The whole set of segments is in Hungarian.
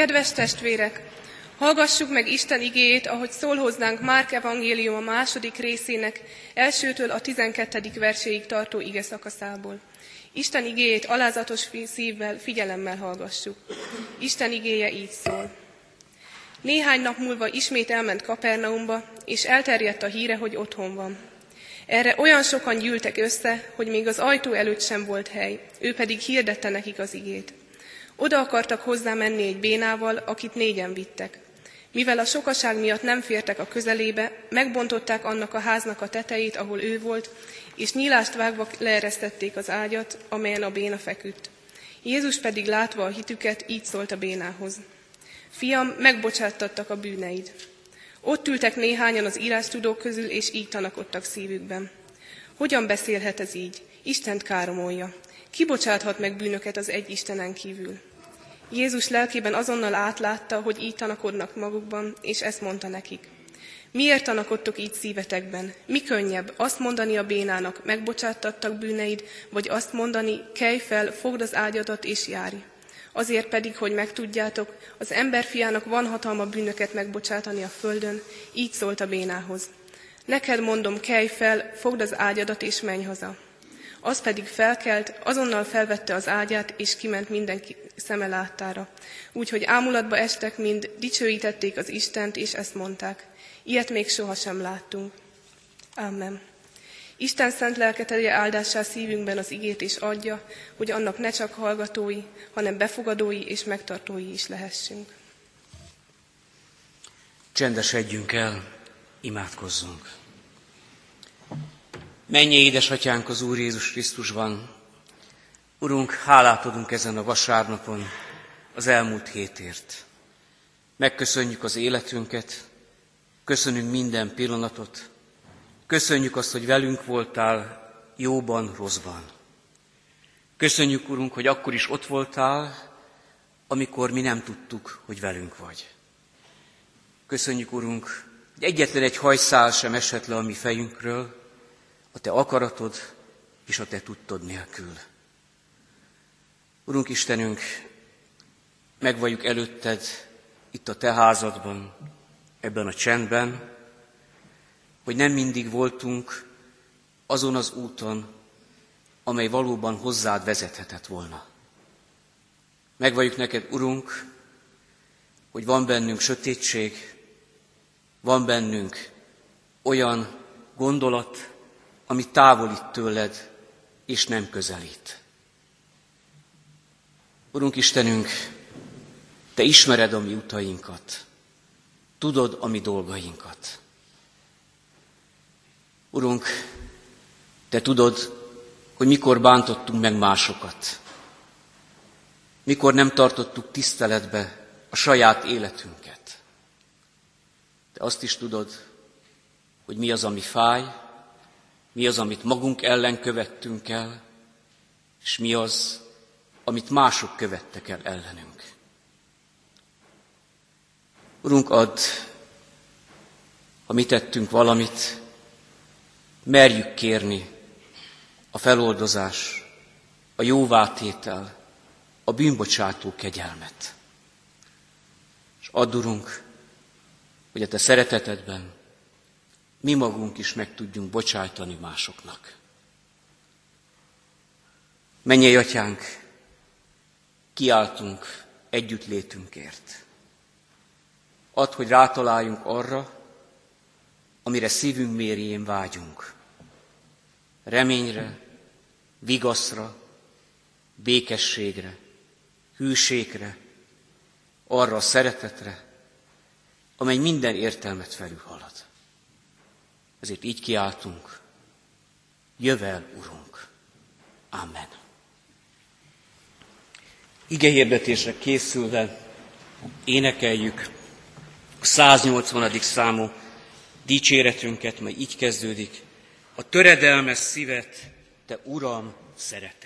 Kedves testvérek, hallgassuk meg Isten igéjét, ahogy szól hozzánk Márk evangélium a 2. részének 1-től a 12. verséig tartó ige szakaszából. Isten igéjét alázatos szívvel, figyelemmel hallgassuk. Isten igéje így szól. Néhány nap múlva ismét elment Kapernaumba, és elterjedt a híre, hogy otthon van. Erre olyan sokan gyűltek össze, hogy még az ajtó előtt sem volt hely, ő pedig hirdette nekik az igét. Oda akartak hozzá menni egy bénával, akit 4-en vittek. Mivel a sokaság miatt nem fértek a közelébe, megbontották annak a háznak a tetejét, ahol ő volt, és nyílást vágva leeresztették az ágyat, amelyen a béna feküdt. Jézus pedig látva a hitüket, így szólt a bénához. Fiam, megbocsáttattak a bűneid. Ott ültek néhányan az írástudók közül, és így tanakodtak szívükben. Hogyan beszélhet ez így? Istent káromolja. Ki bocsáthat meg bűnöket az egy Istenen kívül? Jézus lelkében azonnal átlátta, hogy így tanakodnak magukban, és ezt mondta nekik. Miért tanakodtok így szívetekben? Mi könnyebb, azt mondani a bénának, megbocsáttattak bűneid, vagy azt mondani, kelj fel, fogd az ágyadat és járj. Azért pedig, hogy megtudjátok, az emberfiának van hatalma bűnöket megbocsátani a földön, így szólt a bénához. Neked mondom, kelj fel, fogd az ágyadat és menj haza. Az pedig felkelt, azonnal felvette az ágyát, és kiment mindenki szeme láttára. Úgyhogy ámulatba estek mind, dicsőítették az Istent, és ezt mondták. Ilyet még sohasem láttunk. Amen. Isten szent lelke tegye áldássá szívünkben az igét, és adja, hogy annak ne csak hallgatói, hanem befogadói és megtartói is lehessünk. Csendesedjünk el, imádkozzunk. Mennyei édesatyánk az Úr Jézus Krisztusban, Urunk, hálát adunk ezen a vasárnapon az elmúlt hétért. Megköszönjük az életünket, köszönjük minden pillanatot, köszönjük azt, hogy velünk voltál jóban, rosszban. Köszönjük, Urunk, hogy akkor is ott voltál, amikor mi nem tudtuk, hogy velünk vagy. Köszönjük, Urunk, hogy egyetlen egy hajszál sem esett le a mi fejünkről, a Te akaratod és a Te tudtod nélkül. Urunk Istenünk, megvalljuk előtted itt a Te házadban, ebben a csendben, hogy nem mindig voltunk azon az úton, amely valóban hozzád vezethetett volna. Megvalljuk neked, Urunk, hogy van bennünk sötétség, van bennünk olyan gondolat, ami távolít tőled, és nem közelít. Urunk Istenünk, Te ismered a mi utainkat, tudod a mi dolgainkat. Urunk, Te tudod, hogy mikor bántottunk meg másokat, mikor nem tartottuk tiszteletbe a saját életünket. Te azt is tudod, hogy mi az, ami fáj, mi az, amit magunk ellen követtünk el, és mi az, amit mások követtek el ellenünk. Urunk, add, ha mi tettünk valamit, merjük kérni a feloldozás, a jóvátétel, a bűnbocsátó kegyelmet. És add, Urunk, hogy a Te szeretetedben mi magunk is meg tudjunk bocsájtani másoknak. Mennyei Atyánk, kiáltunk együttlétünkért. Add, hogy rátaláljunk arra, amire szívünk mélyén vágyunk. Reményre, vigaszra, békességre, hűségre, arra a szeretetre, amely minden értelmet felülhalad. Ezért így kiáltunk, jöjj el, Urunk! Amen. Igehirdetésre készülve énekeljük a 180. számú dicséretünket, mely így kezdődik. A töredelmes szívet, Te, Uram, szereted.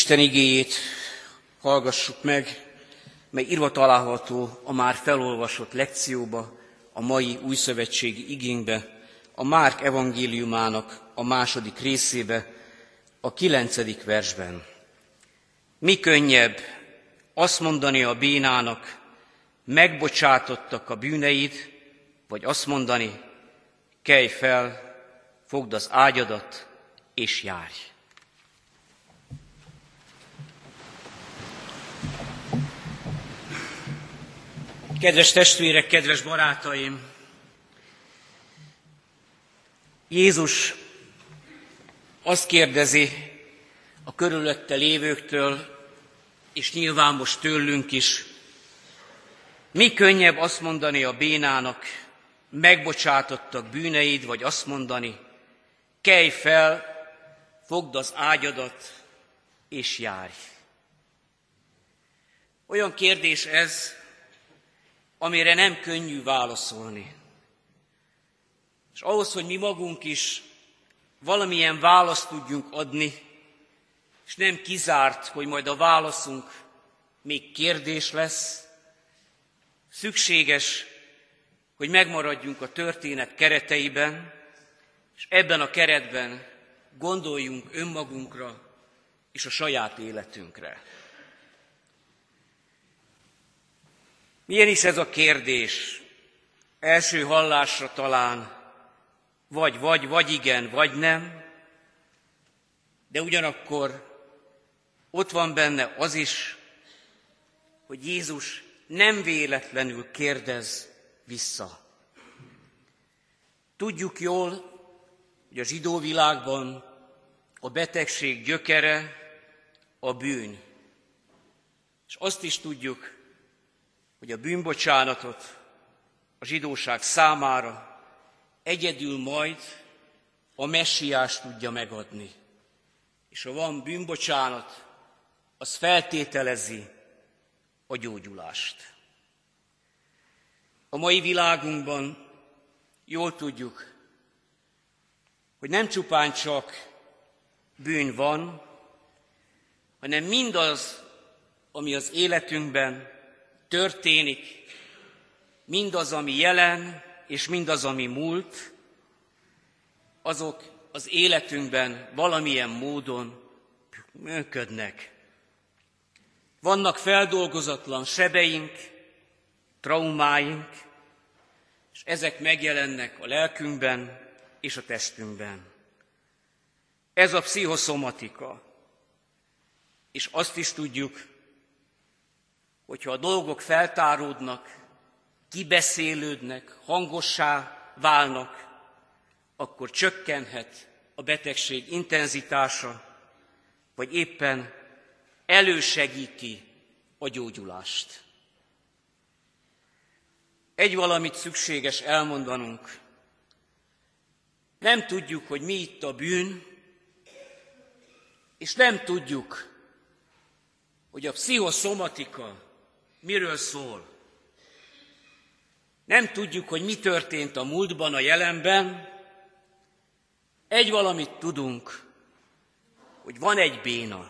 Isten igéjét hallgassuk meg, mely írva található a már felolvasott lekcióba, a mai újszövetségi igénkbe, a Márk evangéliumának a 2. részébe, a 9. versben. Mi könnyebb azt mondani a bénának, megbocsátottak a bűneid, vagy azt mondani, kelj fel, fogd az ágyadat, és járj. Kedves testvérek, kedves barátaim! Jézus azt kérdezi a körülötte lévőktől, és nyilván most tőlünk is, mi könnyebb azt mondani a bénának, megbocsátottak bűneid, vagy azt mondani, kelj fel, fogd az ágyadat, és járj. Olyan kérdés ez, amire nem könnyű válaszolni. És ahhoz, hogy mi magunk is valamilyen választ tudjunk adni, és nem kizárt, hogy majd a válaszunk még kérdés lesz, szükséges, hogy megmaradjunk a történet kereteiben, és ebben a keretben gondoljunk önmagunkra és a saját életünkre. Milyen is ez a kérdés? Első hallásra talán vagy igen, vagy nem, de ugyanakkor ott van benne az is, hogy Jézus nem véletlenül kérdez vissza. Tudjuk jól, hogy a zsidó világban a betegség gyökere a bűn. És azt is tudjuk, hogy a bűnbocsánatot a zsidóság számára egyedül majd a messiás tudja megadni. És ha van bűnbocsánat, az feltételezi a gyógyulást. A mai világunkban jól tudjuk, hogy nem csupán csak bűn van, hanem mindaz, ami az életünkben történik, mindaz, ami jelen, és mindaz, ami múlt, azok az életünkben valamilyen módon működnek. Vannak feldolgozatlan sebeink, traumáink, és ezek megjelennek a lelkünkben és a testünkben. Ez a pszichoszomatika. És azt is tudjuk, hogyha a dolgok feltáródnak, kibeszélődnek, hangossá válnak, akkor csökkenhet a betegség intenzitása, vagy éppen elősegíti a gyógyulást. Egy valamit szükséges elmondanunk. Nem tudjuk, hogy mi itt a bűn, és nem tudjuk, hogy a pszichoszomatika miről szól. Nem tudjuk, hogy mi történt a múltban, a jelenben. Egy valamit tudunk, hogy van egy béna.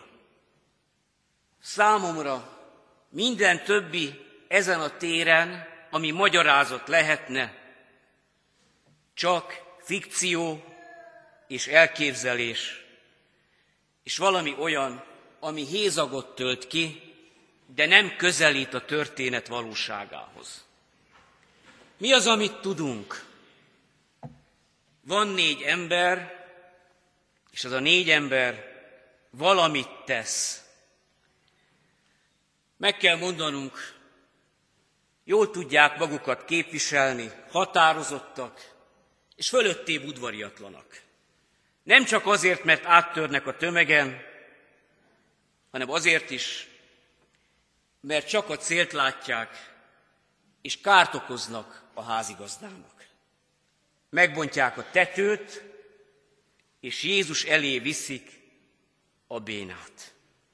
Számomra minden többi ezen a téren, ami magyarázat lehetne, csak fikció és elképzelés, és valami olyan, ami hézagot tölt ki, de nem közelít a történet valóságához. Mi az, amit tudunk? Van 4 ember, és az a 4 ember valamit tesz. Meg kell mondanunk, jól tudják magukat képviselni, határozottak, és fölöttébb udvariatlanak. Nem csak azért, mert áttörnek a tömegen, hanem azért is, mert csak a célt látják, és kárt okoznak a házigazdának. Megbontják a tetőt, és Jézus elé viszik a bénát.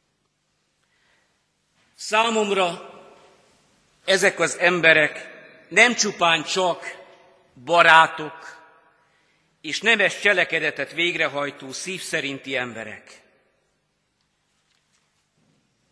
Számomra ezek az emberek nem csupán csak barátok és nemes cselekedetet végrehajtó szív szerinti emberek.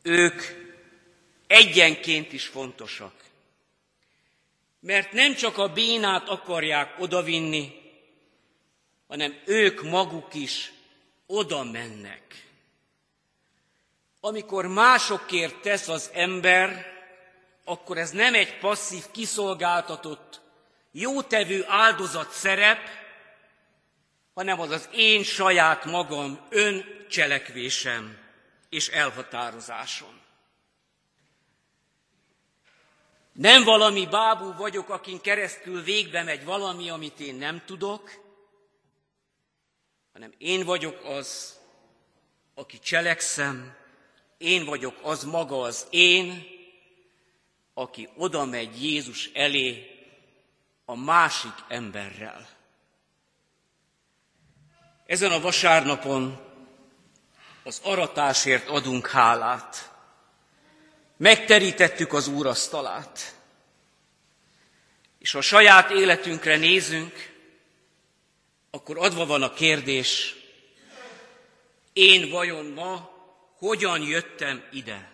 Ők egyenként is fontosak. Mert nem csak a bénát akarják odavinni, hanem ők maguk is oda mennek. Amikor másokért tesz az ember, akkor ez nem egy passzív, kiszolgáltatott, jótevő áldozat szerep, hanem az az én saját magam öncselekvésem és elhatározásom. Nem valami bábú vagyok, akin keresztül végbe megy valami, amit én nem tudok, hanem én vagyok az, aki cselekszem, én vagyok az maga az én, aki oda megy Jézus elé a másik emberrel. Ezen a vasárnapon az aratásért adunk hálát. Megterítettük az úrasztalát. És ha a saját életünkre nézünk, akkor adva van a kérdés, én vajon ma hogyan jöttem ide?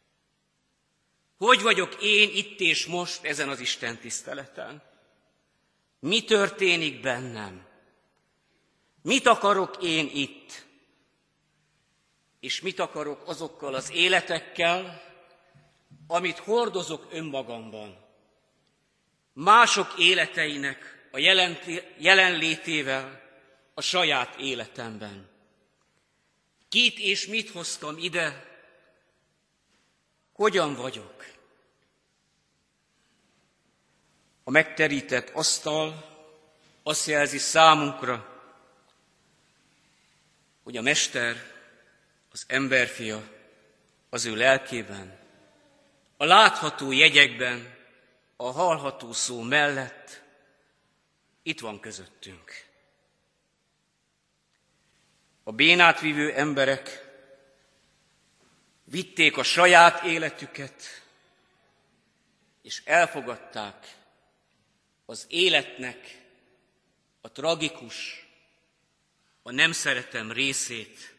Hogy vagyok én itt és most ezen az Isten tiszteleten? Mi történik bennem? Mit akarok én itt? És mit akarok azokkal az életekkel, amit hordozok önmagamban? Mások életeinek a jelenlétével a saját életemben. Kit és mit hoztam ide? Hogyan vagyok? A megterített asztal azt jelzi számunkra, hogy a Mester, az emberfia az ő lelkében, a látható jegyekben, a hallható szó mellett itt van közöttünk. A bénát vívő emberek vitték a saját életüket, és elfogadták az életnek a tragikus, a nem szeretem részét,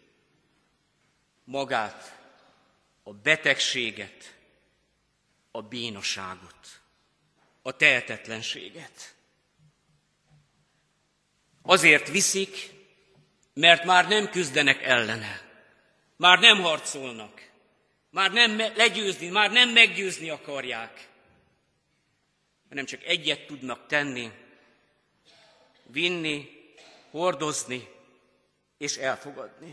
magát, a betegséget, a bénaságot, a tehetetlenséget. Azért viszik, mert már nem küzdenek ellene, már nem harcolnak, már nem legyőzni, már nem meggyőzni akarják, hanem csak egyet tudnak tenni, vinni, hordozni és elfogadni.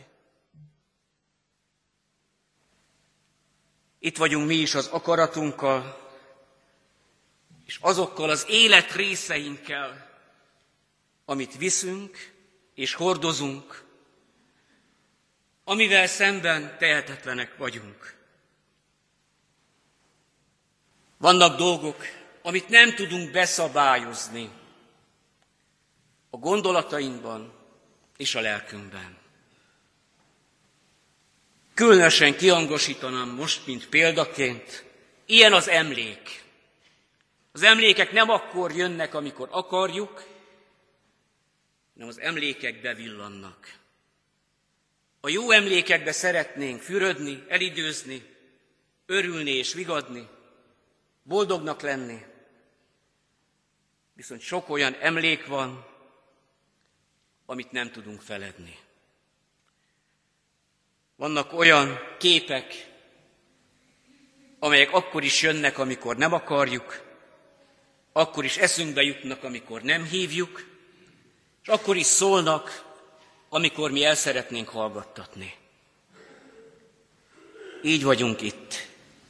Itt vagyunk mi is az akaratunkkal, és azokkal az élet részeinkkel, amit viszünk és hordozunk, amivel szemben tehetetlenek vagyunk. Vannak dolgok, amit nem tudunk beszabályozni a gondolatainkban és a lelkünkben. Különösen kihangosítanám most, mint példaként, ilyen az emlék. Az emlékek nem akkor jönnek, amikor akarjuk, hanem az emlékek bevillannak. A jó emlékekbe szeretnénk fürödni, elidőzni, örülni és vigadni, boldognak lenni. Viszont sok olyan emlék van, amit nem tudunk feledni. Vannak olyan képek, amelyek akkor is jönnek, amikor nem akarjuk, akkor is eszünkbe jutnak, amikor nem hívjuk, és akkor is szólnak, amikor mi el szeretnénk hallgattatni. Így vagyunk itt.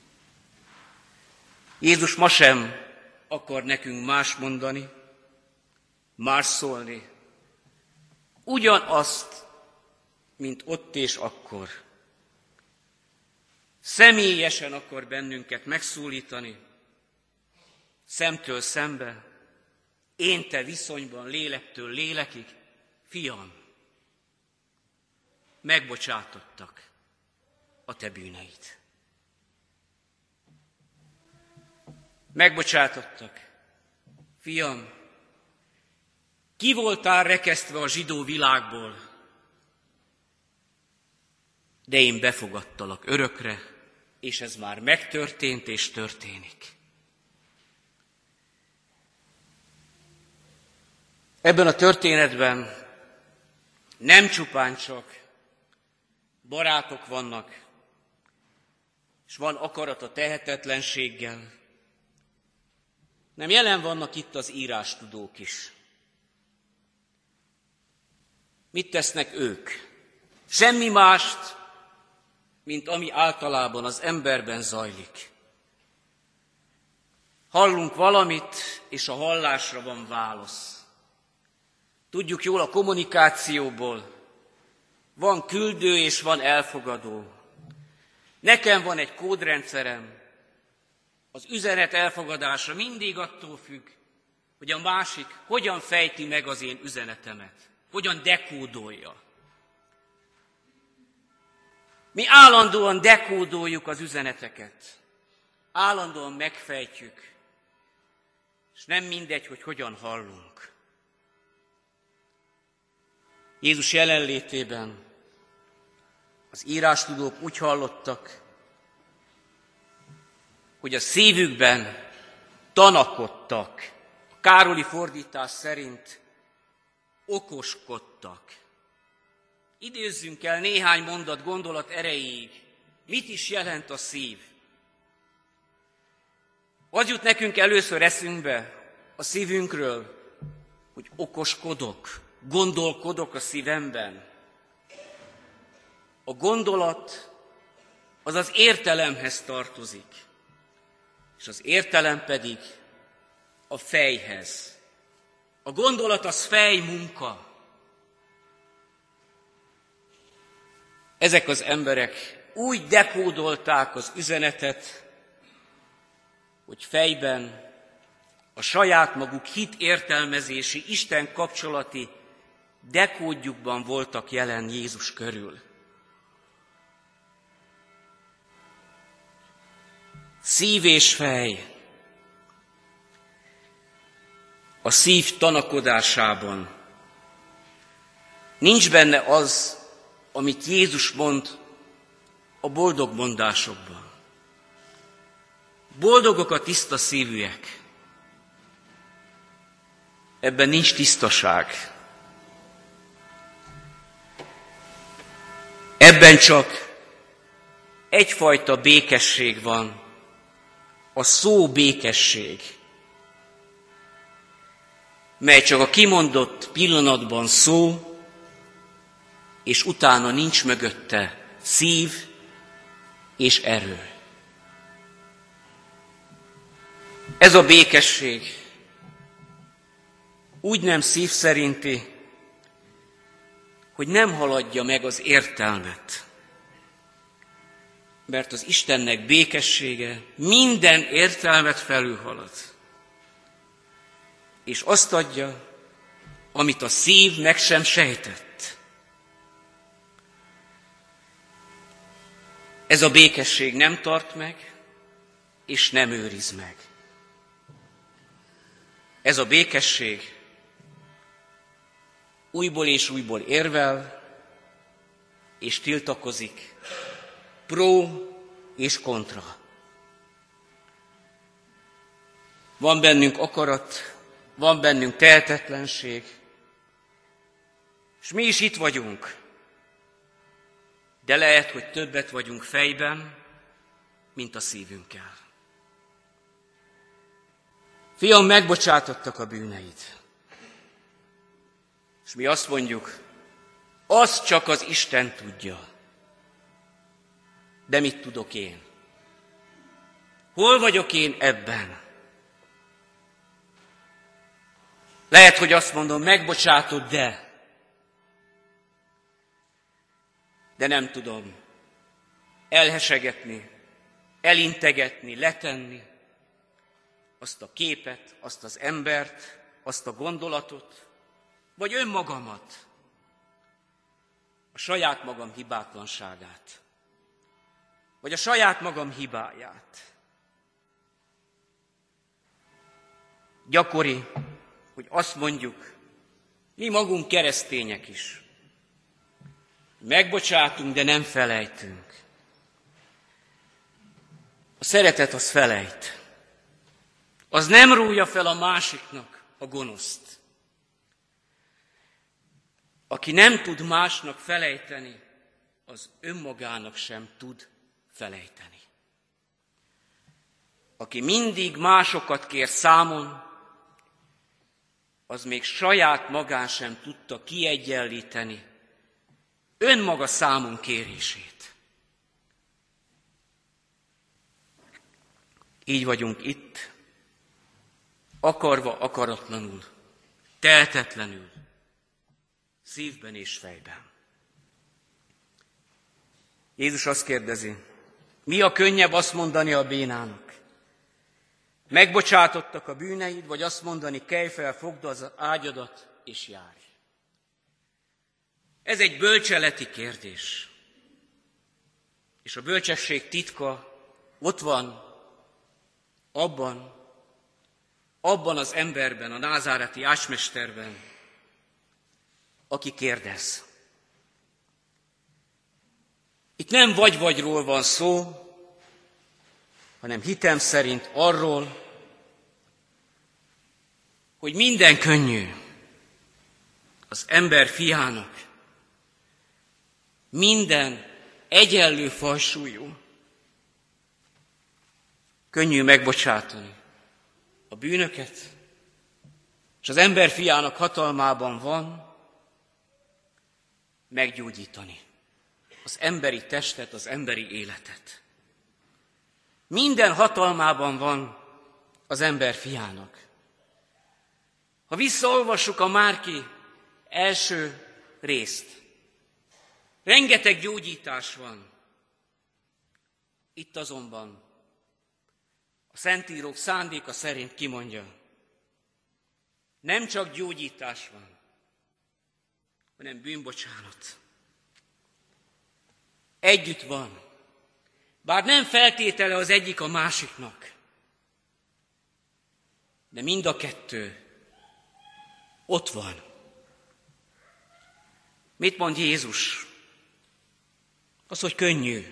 Jézus ma sem akar nekünk más mondani, más szólni. Ugyanazt, mint ott és akkor. Személyesen akar bennünket megszólítani, szemtől szembe, én-te viszonyban, lélektől lélekig. Fiam, megbocsátottak a te bűneid. Megbocsátottak. Fiam, ki voltál rekesztve a zsidó világból, de én befogadtalak örökre, és ez már megtörtént és történik. Ebben a történetben nem csupán csak barátok vannak, és van akarat a tehetetlenséggel, nem jelen vannak itt az írástudók is. Mit tesznek ők? Semmi mást, mint ami általában az emberben zajlik. Hallunk valamit, és a hallásra van válasz. Tudjuk jól a kommunikációból, van küldő és van elfogadó. Nekem van egy kódrendszerem. Az üzenet elfogadása mindig attól függ, hogy a másik hogyan fejti meg az én üzenetemet, hogyan dekódolja. Mi állandóan dekódoljuk az üzeneteket, állandóan megfejtjük, és nem mindegy, hogy hogyan hallunk. Jézus jelenlétében az írástudók úgy hallottak, hogy a szívükben tanakodtak. A Károli fordítás szerint okoskodtak. Idézzünk el néhány mondat gondolat erejéig. Mit is jelent a szív? Az jut nekünk először eszünkbe a szívünkről, hogy okoskodok, gondolkodok a szívemben. A gondolat az az értelemhez tartozik, és az értelem pedig a fejhez. A gondolat az fejmunka. Ezek az emberek úgy dekódolták az üzenetet, hogy fejben a saját maguk hitértelmezési, Isten kapcsolati dekódjukban voltak jelen Jézus körül. Szív és fej. A szív tanakodásában nincs benne az, amit Jézus mond a boldog mondásokban. Boldogok a tiszta szívűek. Ebben nincs tisztaság. Ebben csak egyfajta békesség van, a szó békesség, mely csak a kimondott pillanatban szó, és utána nincs mögötte szív és erő. Ez a békesség úgy nem szív szerinti, hogy nem haladja meg az értelmet. Mert az Istennek békessége minden értelmet felülhalad. És azt adja, amit a szív meg sem sejtett. Ez a békesség nem tart meg, és nem őriz meg. Ez a békesség újból és újból érvel, és tiltakozik, pro és kontra. Van bennünk akarat, van bennünk tehetetlenség, és mi is itt vagyunk, de lehet, hogy többet vagyunk fejben, mint a szívünkkel. Fiam, megbocsátottak a bűneid. És mi azt mondjuk, az csak az Isten tudja. De mit tudok én? Hol vagyok én ebben? Lehet, hogy azt mondom, megbocsátod, de nem tudom elhesegetni, elintegetni, letenni azt a képet, azt az embert, azt a gondolatot, vagy önmagamat, a saját magam hibátlanságát, vagy a saját magam hibáját. Gyakori, hogy azt mondjuk, mi magunk keresztények is, megbocsátunk, de nem felejtünk. szeretet az felejt. Az nem rója fel a másiknak a gonoszt. Aki nem tud másnak felejteni, az önmagának sem tud felejteni. Aki mindig másokat kér számon, az még saját magán sem tudta kiegyenlíteni önmaga számon kérését. Így vagyunk itt, akarva, akaratlanul, tehetetlenül, szívben és fejben. Jézus azt kérdezi, mi a könnyebb azt mondani a bénának? Megbocsátottak a bűneid, vagy azt mondani, kelj fel, fogd az ágyadat, és járj. Ez egy bölcseleti kérdés. És a bölcsesség titka ott van abban az emberben, a názáreti ácsmesterben, aki kérdez. Itt nem vagy-vagyról van szó, hanem hitem szerint arról, hogy minden könnyű az ember fiának, minden egyenlő fajsúlyú, könnyű megbocsátani a bűnöket, és az ember fiának hatalmában van meggyógyítani az emberi testet, az emberi életet. Minden hatalmában van az ember fiának. Ha visszaolvassuk a Márki első részt, rengeteg gyógyítás van. Itt azonban a Szentírók szándéka szerint kimondja, nem csak gyógyítás van, hanem bűnbocsánat. Együtt van. Bár nem feltétele az egyik a másiknak, de mind a kettő ott van. Mit mond Jézus? Az, hogy könnyű.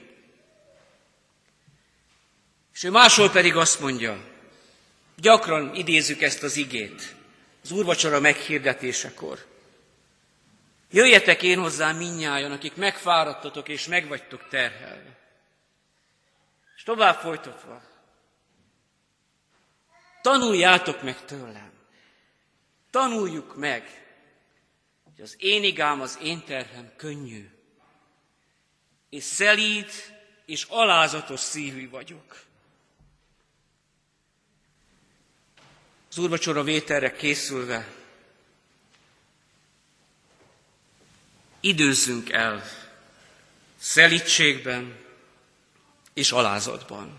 És ő máshol pedig azt mondja, gyakran idézzük ezt az igét, az úrvacsora meghirdetésekor. Jöjjetek én hozzám mindnyájan, akik megfáradtatok és meg vagytok terhelve. És tovább folytatva, tanuljátok meg tőlem, tanuljuk meg, hogy az én igám, az én terhem könnyű, és szelíd és alázatos szívű vagyok. Az úrvacsora vételre készülve időzzünk el szelídségben és alázatban.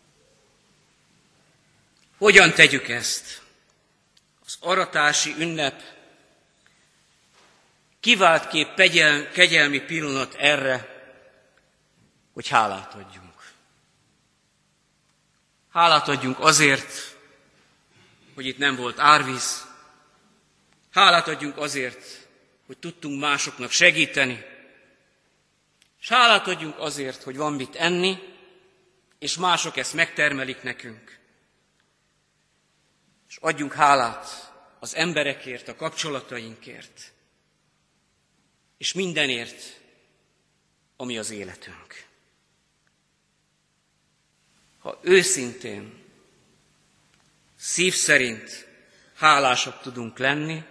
Hogyan tegyük ezt? Az aratási ünnep kivált kép kegyelmi pillanat erre, hogy hálát adjunk. Hálát adjunk azért, hogy itt nem volt árvíz. Hálát adjunk azért, hogy tudtunk másoknak segíteni. És hálát adjunk azért, hogy van mit enni, és mások ezt megtermelik nekünk. És adjunk hálát az emberekért, a kapcsolatainkért, és mindenért, ami az életünk. Ha őszintén, szív szerint hálásak tudunk lenni,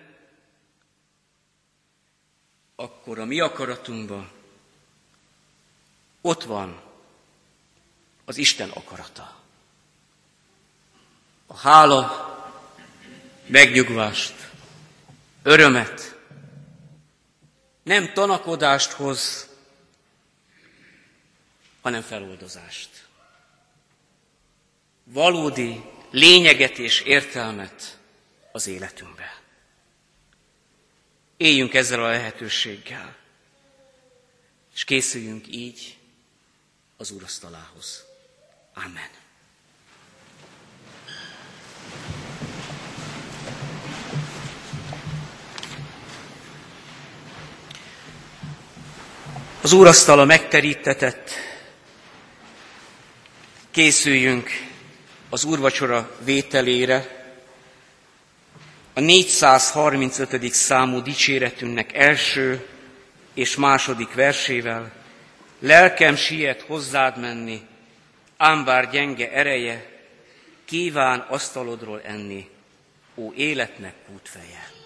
akkor a mi akaratunkban ott van az Isten akarata. A hála megnyugvást, örömet, nem tanakodást hoz, hanem feloldozást. Valódi lényeget és értelmet az életünkbe. Éljünk ezzel a lehetőséggel, és készüljünk így az úrasztalához. Amen. Az úrasztala megterítetett, Készüljünk az úrvacsora vételére. A 435. számú dicséretünknek első és második versével: lelkem siet hozzád menni, ám bár gyenge ereje, kíván asztalodról enni, ó életnek útfeje.